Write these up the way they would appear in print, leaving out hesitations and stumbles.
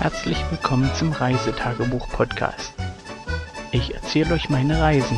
Herzlich willkommen zum Reisetagebuch-Podcast. Ich erzähle euch meine Reisen.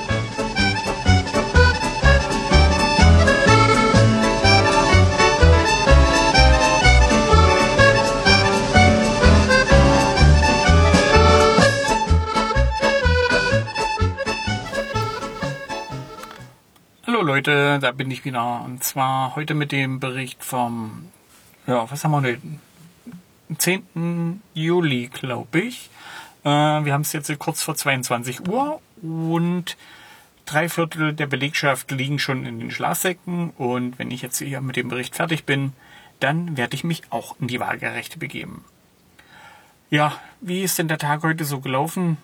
Hallo Leute, da bin ich wieder. Und zwar heute mit dem Bericht vom, was haben wir heute? 10. Juli, glaube ich. Wir haben es jetzt kurz vor 22 Uhr und 3/4 der Belegschaft liegen schon in den Schlafsäcken. Und wenn ich jetzt hier mit dem Bericht fertig bin, dann werde ich mich auch in die Waagerechte begeben. Ja, wie ist denn der Tag heute so gelaufen?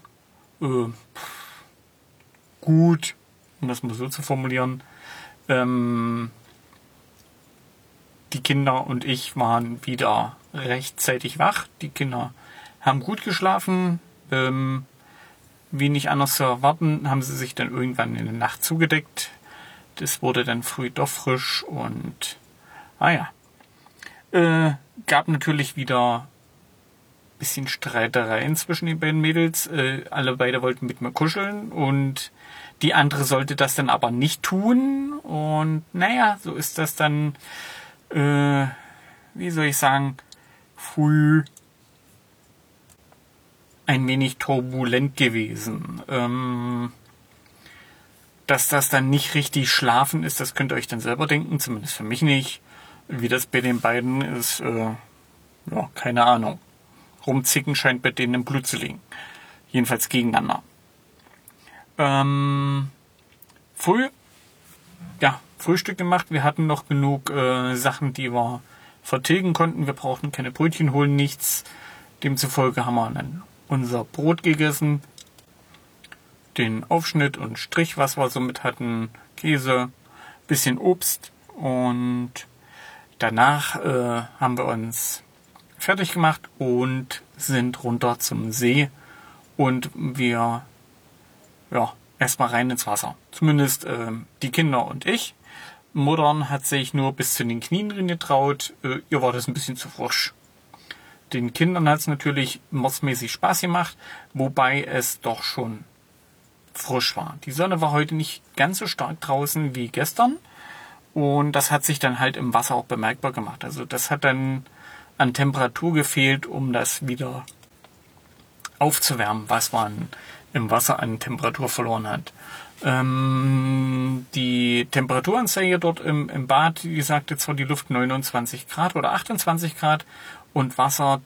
Gut, um das mal so zu formulieren. Die Kinder und ich waren wieder rechtzeitig wach. Die Kinder haben gut geschlafen. Wie nicht anders zu erwarten, haben sie sich dann irgendwann in der Nacht zugedeckt. Das wurde dann früh doch frisch und gab natürlich wieder ein bisschen Streitereien zwischen den beiden Mädels. Alle beide wollten mit mir kuscheln und die andere sollte das dann aber nicht tun. Und so ist das dann, früh ein wenig turbulent gewesen. Dass das dann nicht richtig schlafen ist, das könnt ihr euch dann selber denken, zumindest für mich nicht. Wie das bei den beiden ist, keine Ahnung. Rumzicken scheint bei denen im Blut zu liegen. Jedenfalls gegeneinander. Frühstück gemacht. Wir hatten noch genug Sachen, die wir vertilgen konnten. Wir brauchten keine Brötchen holen, nichts. Demzufolge haben wir dann unser Brot gegessen, den Aufschnitt und Strich, was wir so mit hatten, Käse, bisschen Obst und danach haben wir uns fertig gemacht und sind runter zum See und wir erstmal rein ins Wasser. Zumindest die Kinder und ich. Muttern hat sich nur bis zu den Knien drin getraut. Ihr war das ein bisschen zu frisch. Den Kindern hat es natürlich mordsmäßig Spaß gemacht, wobei es doch schon frisch war. Die Sonne war heute nicht ganz so stark draußen wie gestern und das hat sich dann halt im Wasser auch bemerkbar gemacht. Also das hat dann an Temperatur gefehlt, um das wieder aufzuwärmen, was man im Wasser an Temperatur verloren hat. Die Temperaturanzeige dort im Bad, die sagte zwar die Luft 29 Grad oder 28 Grad und Wasser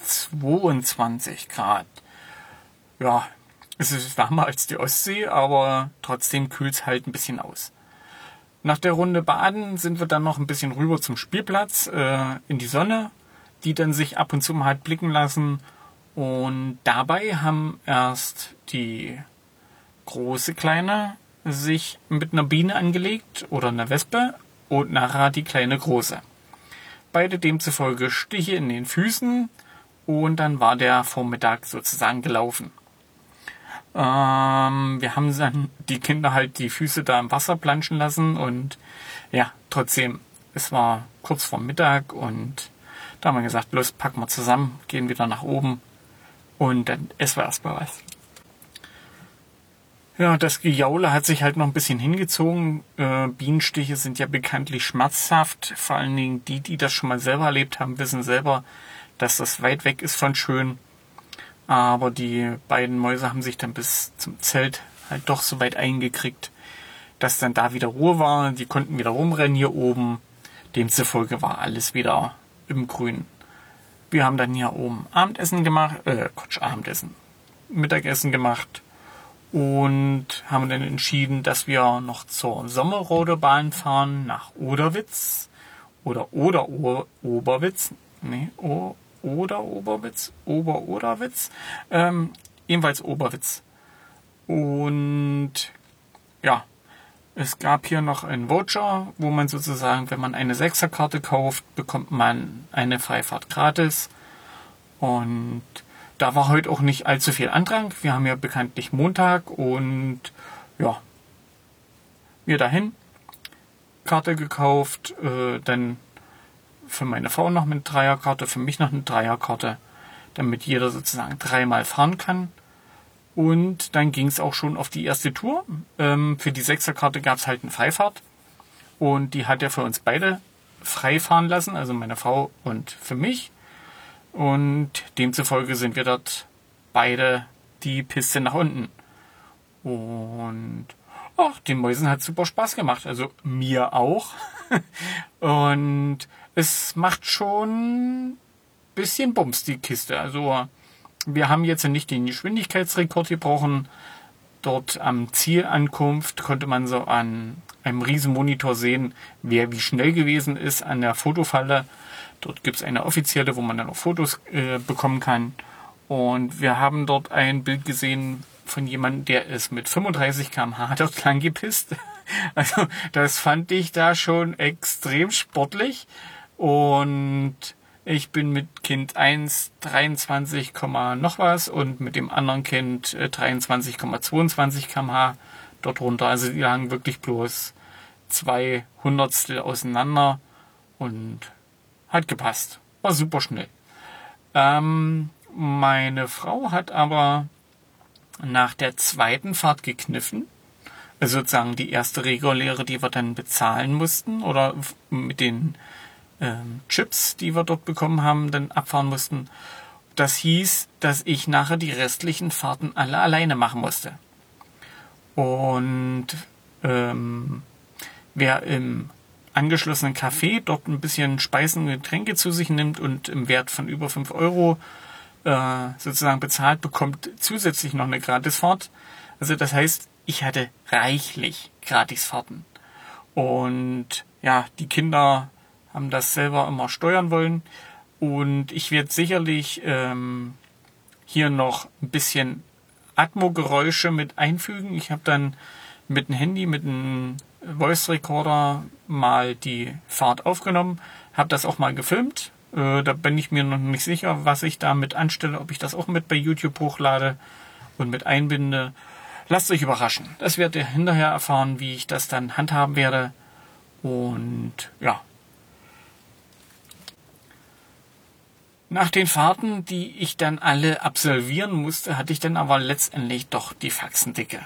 22 Grad. Ja, es ist wärmer als die Ostsee, aber trotzdem kühlt es halt ein bisschen aus. Nach der Runde Baden sind wir dann noch ein bisschen rüber zum Spielplatz, in die Sonne, die dann sich ab und zu mal hat blicken lassen. Und dabei haben erst die große Kleine sich mit einer Biene angelegt oder einer Wespe und nachher die kleine Große. Beide demzufolge Stiche in den Füßen und dann war der Vormittag sozusagen gelaufen. Wir haben dann die Kinder halt die Füße da im Wasser planschen lassen und trotzdem, es war kurz vor Mittag und da haben wir gesagt, los, packen wir zusammen, gehen wieder nach oben und dann essen wir erstmal was. Ja, das Gejaule hat sich halt noch ein bisschen hingezogen. Bienenstiche sind ja bekanntlich schmerzhaft. Vor allen Dingen die das schon mal selber erlebt haben, wissen selber, dass das weit weg ist von schön. Aber die beiden Mäuse haben sich dann bis zum Zelt halt doch so weit eingekriegt, dass dann da wieder Ruhe war. Die konnten wieder rumrennen hier oben. Demzufolge war alles wieder im Grün. Wir haben dann hier oben Mittagessen gemacht. Und haben dann entschieden, dass wir noch zur Sommerrodebahn fahren nach Oberwitz. Jedenfalls Oberwitz. Und es gab hier noch einen Voucher, wo man sozusagen, wenn man eine 6er-Karte kauft, bekommt man eine Freifahrt gratis. Und da war heute auch nicht allzu viel Andrang. Wir haben ja bekanntlich Montag und wir dahin, Karte gekauft, dann für meine Frau noch eine Dreierkarte, für mich noch eine Dreierkarte. damit jeder sozusagen 3-mal fahren kann. Und dann ging es auch schon auf die erste Tour. Für die 6er-Karte gab es halt eine Freifahrt. Und die hat er für uns beide frei fahren lassen, also meine Frau und für mich. Und demzufolge sind wir dort beide die Piste nach unten. Und den Mäusen hat super Spaß gemacht, also mir auch. Und es macht schon ein bisschen Bums, die Kiste. Also wir haben jetzt nicht den Geschwindigkeitsrekord gebrochen. Dort am Zielankunft konnte man so an einem riesen Monitor sehen, wer wie schnell gewesen ist an der Fotofalle. Dort gibt es eine offizielle, wo man dann auch Fotos bekommen kann. Und wir haben dort ein Bild gesehen von jemandem, der ist mit 35 km/h dort lang gepisst. Also das fand ich da schon extrem sportlich. Und ich bin mit Kind 1 23, noch was und mit dem anderen Kind 23,22 km/h dort runter. Also die lagen wirklich bloß 2 Hundertstel auseinander und hat gepasst. War super schnell. Meine Frau hat aber nach der zweiten Fahrt gekniffen. Also sozusagen die erste reguläre, die wir dann bezahlen mussten oder mit den Chips, die wir dort bekommen haben, dann abfahren mussten. Das hieß, dass ich nachher die restlichen Fahrten alle alleine machen musste. Und wer im angeschlossenen Café dort ein bisschen Speisen und Getränke zu sich nimmt und im Wert von über 5 Euro sozusagen bezahlt, bekommt zusätzlich noch eine Gratisfahrt. Also das heißt, ich hatte reichlich Gratisfahrten. Und ja, die Kinder haben das selber immer steuern wollen. Und ich werde sicherlich hier noch ein bisschen Atmo-Geräusche mit einfügen. Ich habe dann mit dem Handy, mit einem Voice Recorder mal die Fahrt aufgenommen, habe das auch mal gefilmt. Da bin ich mir noch nicht sicher, was ich damit anstelle, ob ich das auch mit bei YouTube hochlade und mit einbinde. Lasst euch überraschen. Das werdet ihr hinterher erfahren, wie ich das dann handhaben werde. Und ja. Nach den Fahrten, die ich dann alle absolvieren musste, hatte ich dann aber letztendlich doch die Faxendicke.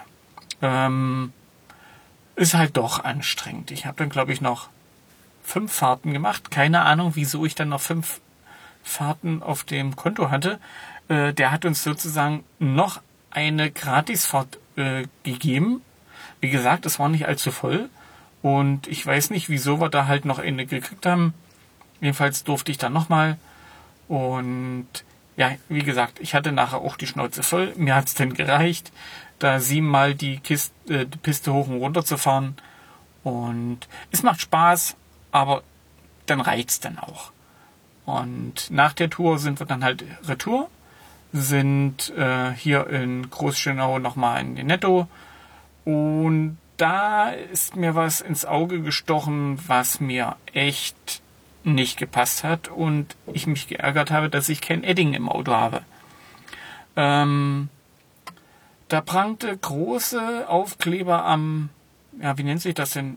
Ist halt doch anstrengend. Ich habe dann, glaube ich, noch 5 Fahrten gemacht. Keine Ahnung, wieso ich dann noch 5 Fahrten auf dem Konto hatte. Der hat uns sozusagen noch eine Gratisfahrt gegeben. Wie gesagt, es war nicht allzu voll. Und ich weiß nicht, wieso wir da halt noch eine gekriegt haben. Jedenfalls durfte ich dann nochmal. Und ja, wie gesagt, ich hatte nachher auch die Schnauze voll. Mir hat's denn gereicht, da 7-mal die Piste hoch und runter zu fahren. Und es macht Spaß, aber dann reicht's dann auch. Und nach der Tour sind wir dann halt retour, sind hier in Großschönau nochmal in den Netto. Und da ist mir was ins Auge gestochen, was mir echt nicht gepasst hat und ich mich geärgert habe, dass ich kein Edding im Auto habe. Da prangte große Aufkleber am, ja, wie nennt sich das denn?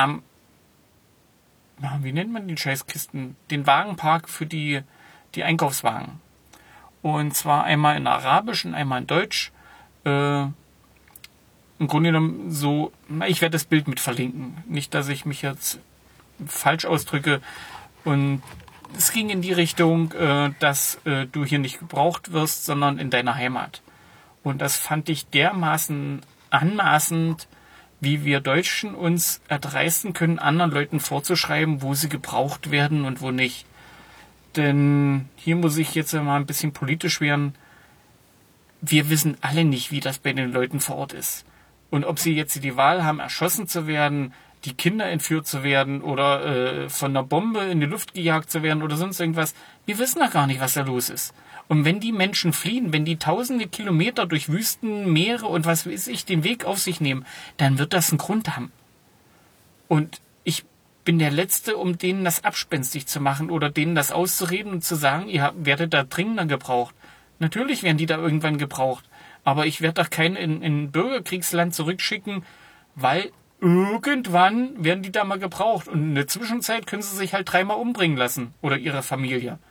Wie nennt man die Scheißkisten? Den Wagenpark für die Einkaufswagen. Und zwar einmal in Arabisch und einmal in Deutsch. Im Grunde genommen so, ich werde das Bild mit verlinken. Nicht, dass ich mich jetzt falsch ausdrücke. Und es ging in die Richtung, dass du hier nicht gebraucht wirst, sondern in deiner Heimat. Und das fand ich dermaßen anmaßend, wie wir Deutschen uns erdreisten können, anderen Leuten vorzuschreiben, wo sie gebraucht werden und wo nicht. Denn hier muss ich jetzt mal ein bisschen politisch werden. Wir wissen alle nicht, wie das bei den Leuten vor Ort ist. Und ob sie jetzt die Wahl haben, erschossen zu werden, die Kinder entführt zu werden oder von einer Bombe in die Luft gejagt zu werden oder sonst irgendwas. Wir wissen doch gar nicht, was da los ist. Und wenn die Menschen fliehen, wenn die tausende Kilometer durch Wüsten, Meere und was weiß ich, den Weg auf sich nehmen, dann wird das einen Grund haben. Und ich bin der Letzte, um denen das abspenstig zu machen oder denen das auszureden und zu sagen, ihr werdet da dringender gebraucht. Natürlich werden die da irgendwann gebraucht. Aber ich werde doch keinen in ein Bürgerkriegsland zurückschicken, weil irgendwann werden die da mal gebraucht. Und in der Zwischenzeit können sie sich halt 3-mal umbringen lassen. Oder ihre Familie.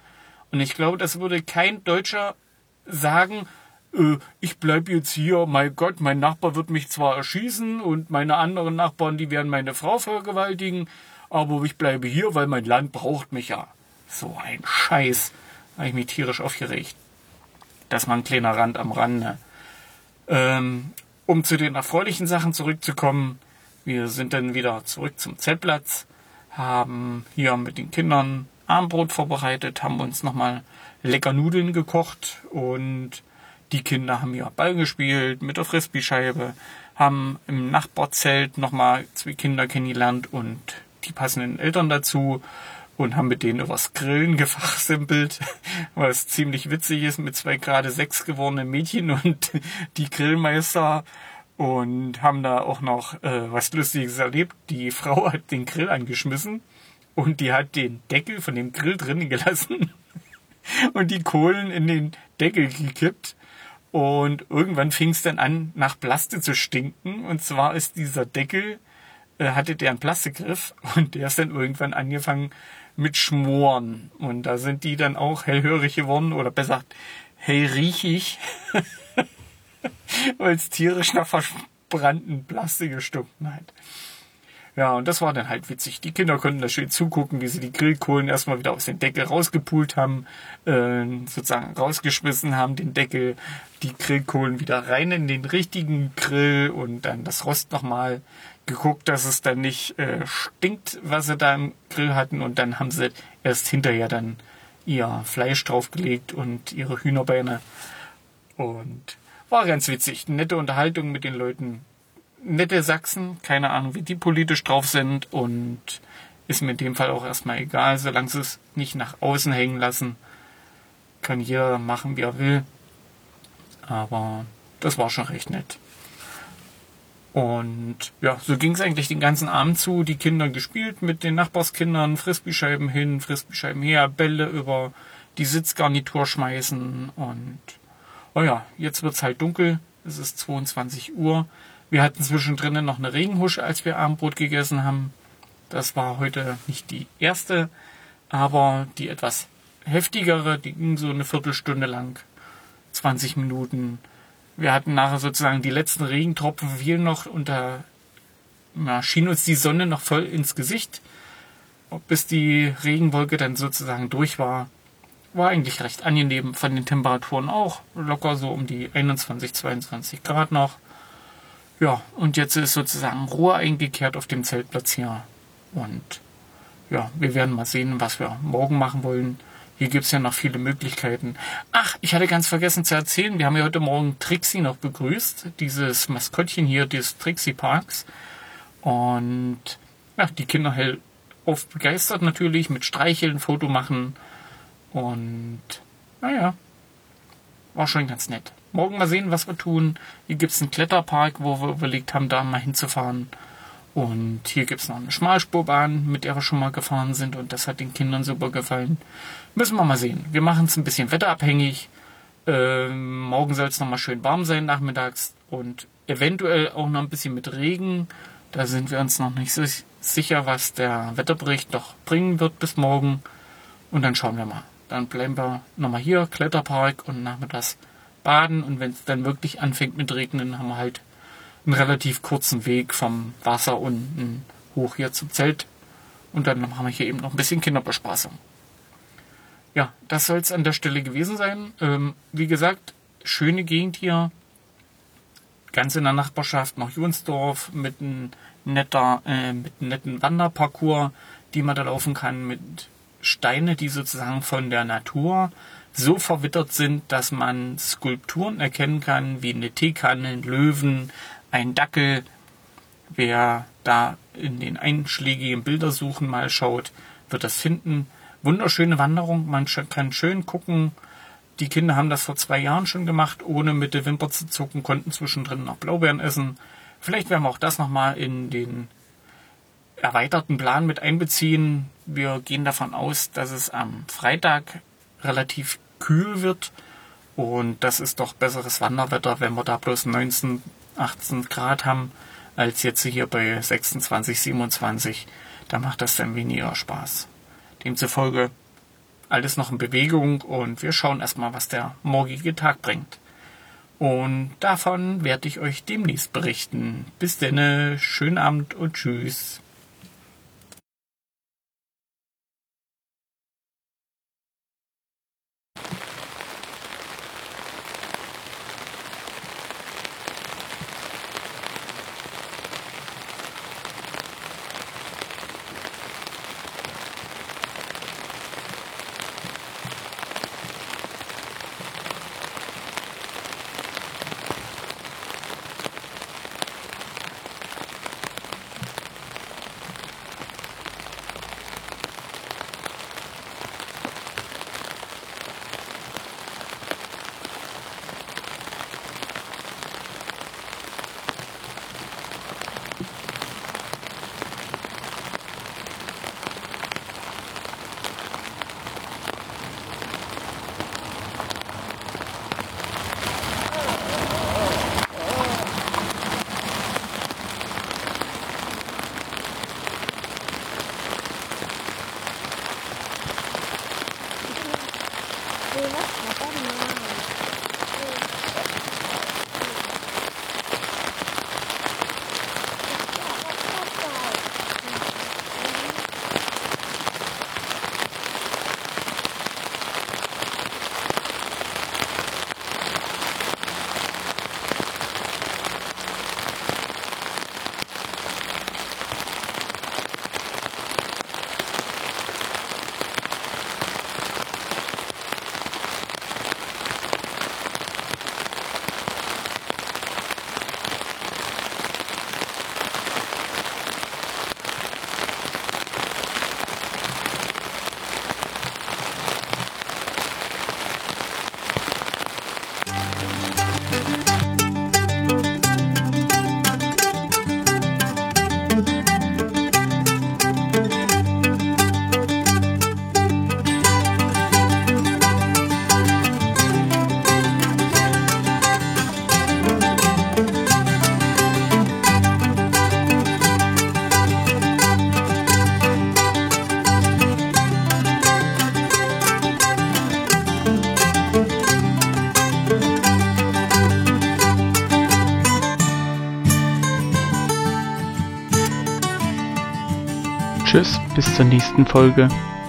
Und ich glaube, das würde kein Deutscher sagen, ich bleibe jetzt hier, mein Gott, mein Nachbar wird mich zwar erschießen und meine anderen Nachbarn, die werden meine Frau vergewaltigen, aber ich bleibe hier, weil mein Land braucht mich ja. So ein Scheiß. Da habe ich mich tierisch aufgeregt. Das war ein kleiner Rand am Rande. Um zu den erfreulichen Sachen zurückzukommen, wir sind dann wieder zurück zum Zeltplatz, haben hier mit den Kindern Abendbrot vorbereitet, haben uns nochmal lecker Nudeln gekocht und die Kinder haben hier Ball gespielt mit der Frisbee-Scheibe, haben im Nachbarzelt nochmal 2 Kinder kennengelernt und die passenden Eltern dazu und haben mit denen übers Grillen gefachsimpelt, was ziemlich witzig ist mit 2 gerade 6 gewordenen Mädchen und die Grillmeister und haben da auch noch was Lustiges erlebt. Die Frau hat den Grill angeschmissen und die hat den Deckel von dem Grill drinnen gelassen und die Kohlen in den Deckel gekippt. Und irgendwann fing es dann an, nach Plaste zu stinken. Und zwar ist dieser Deckel, hatte der einen Plastikgriff und der ist dann irgendwann angefangen mit Schmoren. Und da sind die dann auch hellhörig geworden oder besser gesagt hellriechig, weil es tierisch nach verbrannten Plastik gestunken hat. Ja, und das war dann halt witzig. Die Kinder konnten da schön zugucken, wie sie die Grillkohlen erstmal wieder aus dem Deckel rausgepult haben, sozusagen rausgeschmissen haben, den Deckel, die Grillkohlen wieder rein in den richtigen Grill und dann das Rost nochmal geguckt, dass es dann nicht stinkt, was sie da im Grill hatten. Und dann haben sie erst hinterher dann ihr Fleisch draufgelegt und ihre Hühnerbeine. Und war ganz witzig. Nette Unterhaltung mit den Leuten. Nette Sachsen, keine Ahnung, wie die politisch drauf sind und ist mir in dem Fall auch erstmal egal, solange sie es nicht nach außen hängen lassen. Kann jeder machen, wie er will. Aber das war schon recht nett. Und ja, so ging es eigentlich den ganzen Abend zu. Die Kinder gespielt mit den Nachbarskindern, Frisbeescheiben hin, Frisbeescheiben her, Bälle über die Sitzgarnitur schmeißen. Und oh ja, jetzt wird's halt dunkel. Es ist 22 Uhr. Wir hatten zwischendrin noch eine Regenhusche, als wir Abendbrot gegessen haben. Das war heute nicht die erste, aber die etwas heftigere, die ging so eine Viertelstunde lang, 20 Minuten. Wir hatten nachher sozusagen die letzten Regentropfen fielen noch und da schien uns die Sonne noch voll ins Gesicht. Bis die Regenwolke dann sozusagen durch war, war eigentlich recht angenehm, von den Temperaturen auch. Locker so um die 21, 22 Grad noch. Ja, und jetzt ist sozusagen Ruhe eingekehrt auf dem Zeltplatz hier. Und ja, wir werden mal sehen, was wir morgen machen wollen. Hier gibt es ja noch viele Möglichkeiten. Ach, ich hatte ganz vergessen zu erzählen, wir haben ja heute Morgen Trixie noch begrüßt. Dieses Maskottchen hier des Trixie Parks. Und ja, die Kinder oft begeistert natürlich, mit Streicheln, Foto machen. Und naja, war schon ganz nett. Morgen mal sehen, was wir tun. Hier gibt es einen Kletterpark, wo wir überlegt haben, da mal hinzufahren. Und hier gibt es noch eine Schmalspurbahn, mit der wir schon mal gefahren sind. Und das hat den Kindern super gefallen. Müssen wir mal sehen. Wir machen es ein bisschen wetterabhängig. Morgen soll es noch mal schön warm sein nachmittags. Und eventuell auch noch ein bisschen mit Regen. Da sind wir uns noch nicht so sicher, was der Wetterbericht noch bringen wird bis morgen. Und dann schauen wir mal. Dann bleiben wir nochmal hier, Kletterpark und nachmittags baden. Und wenn es dann wirklich anfängt mit Regnen, haben wir halt einen relativ kurzen Weg vom Wasser unten hoch hier zum Zelt. Und dann haben wir hier eben noch ein bisschen Kinderbespaßung. Ja, das soll es an der Stelle gewesen sein. Wie gesagt, schöne Gegend hier. Ganz in der Nachbarschaft noch Jonsdorf mit einem netten Wanderparcours, die man da laufen kann, mit Steine, die sozusagen von der Natur so verwittert sind, dass man Skulpturen erkennen kann, wie eine Teekanne, einen Löwen, ein Dackel. Wer da in den einschlägigen Bildersuchen mal schaut, wird das finden. Wunderschöne Wanderung, man kann schön gucken. Die Kinder haben das vor 2 Jahren schon gemacht, ohne mit der Wimper zu zucken, konnten zwischendrin noch Blaubeeren essen. Vielleicht werden wir auch das nochmal in den erweiterten Plan mit einbeziehen. Wir gehen davon aus, dass es am Freitag relativ kühl wird. Und das ist doch besseres Wanderwetter, wenn wir da bloß 19, 18 Grad haben, als jetzt hier bei 26, 27. Da macht das dann weniger Spaß. Demzufolge alles noch in Bewegung und wir schauen erstmal, was der morgige Tag bringt. Und davon werde ich euch demnächst berichten. Bis denne, schönen Abend und tschüss. Tschüss, bis zur nächsten Folge.